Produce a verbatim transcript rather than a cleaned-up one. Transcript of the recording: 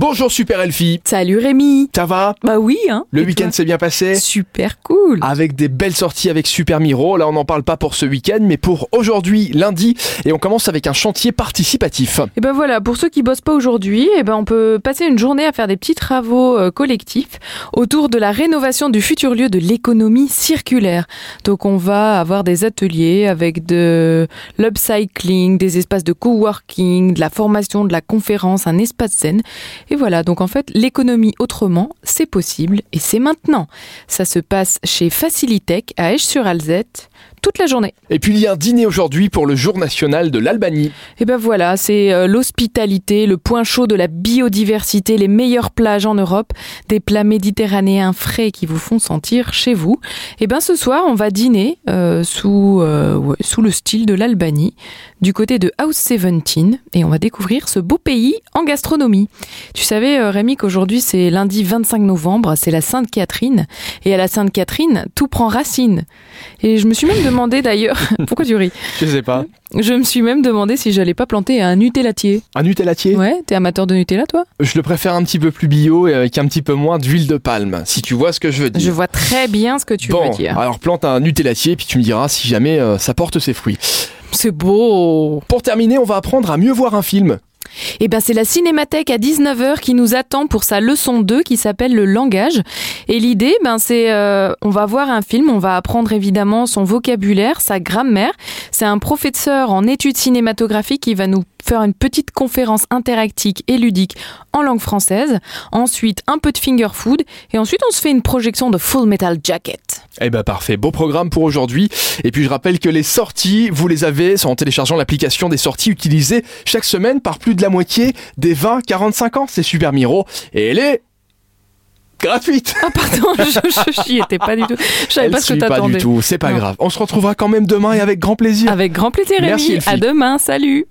Bonjour Super Elfie. Salut Rémi. Ça va? Bah oui, hein. Le Et week-end toi? s'est bien passé? Super cool. Avec des belles sorties avec Super Miro. Là, on n'en parle pas pour ce week-end, mais pour aujourd'hui, lundi. Et on commence avec un chantier participatif. Et ben voilà, pour ceux qui bossent pas aujourd'hui, et ben on peut passer une journée à faire des petits travaux euh, collectifs autour de la rénovation du futur lieu de l'économie circulaire. Donc on va avoir des ateliers avec de l'upcycling, des espaces de coworking, de la formation, de la conférence, un espace zen. Et voilà, donc en fait, l'économie autrement, c'est possible et c'est maintenant. Ça se passe chez Facilitech à Esch-sur-Alzette toute la journée. Et puis il y a un dîner aujourd'hui pour le jour national de l'Albanie. Et ben voilà, c'est euh, l'hospitalité, le point chaud de la biodiversité, les meilleures plages en Europe, des plats méditerranéens frais qui vous font sentir chez vous. Et ben ce soir, on va dîner euh, sous, euh, ouais, sous le style de l'Albanie, du côté de House dix-sept, et on va découvrir ce beau pays en gastronomie. Tu savais, euh, Rémi, qu'aujourd'hui c'est lundi vingt-cinq novembre, c'est la Sainte-Catherine, et à la Sainte-Catherine, tout prend racine. Et je me suis même demandé d'ailleurs, pourquoi tu ris ? Je sais pas. Je me suis même demandé si j'allais pas planter un nutellatier. Un nutellatier ? Ouais, t'es amateur de Nutella, toi ? Je le préfère un petit peu plus bio et avec un petit peu moins d'huile de palme, si tu vois ce que je veux dire. Je vois très bien ce que tu bon, veux dire. alors plante un nutellatier, puis tu me diras si jamais euh, ça porte ses fruits. C'est beau. Pour terminer, on va apprendre à mieux voir un film. Eh ben, c'est la Cinémathèque à dix-neuf heures qui nous attend pour sa leçon deux qui s'appelle le langage. Et l'idée, ben, c'est, euh, on va voir un film, on va apprendre évidemment son vocabulaire, sa grammaire. C'est un professeur en études cinématographiques qui va nous faire une petite conférence interactive et ludique en langue française. Ensuite, un peu de finger food. Et ensuite, on se fait une projection de Full Metal Jacket. Eh ben parfait, beau programme pour aujourd'hui. Et puis je rappelle que les sorties, vous les avez en téléchargeant l'application des sorties utilisées chaque semaine par plus de la moitié des vingt à quarante-cinq ans. C'est Super Miro et elle est gratuite. Ah pardon, je n'y étais pas du tout. Je savais Elle pas ce que suit pas t'attendais. du tout, c'est pas Non. grave. On se retrouvera quand même demain et avec grand plaisir. Avec grand plaisir, Merci, Rémi. Elfie. À demain, salut.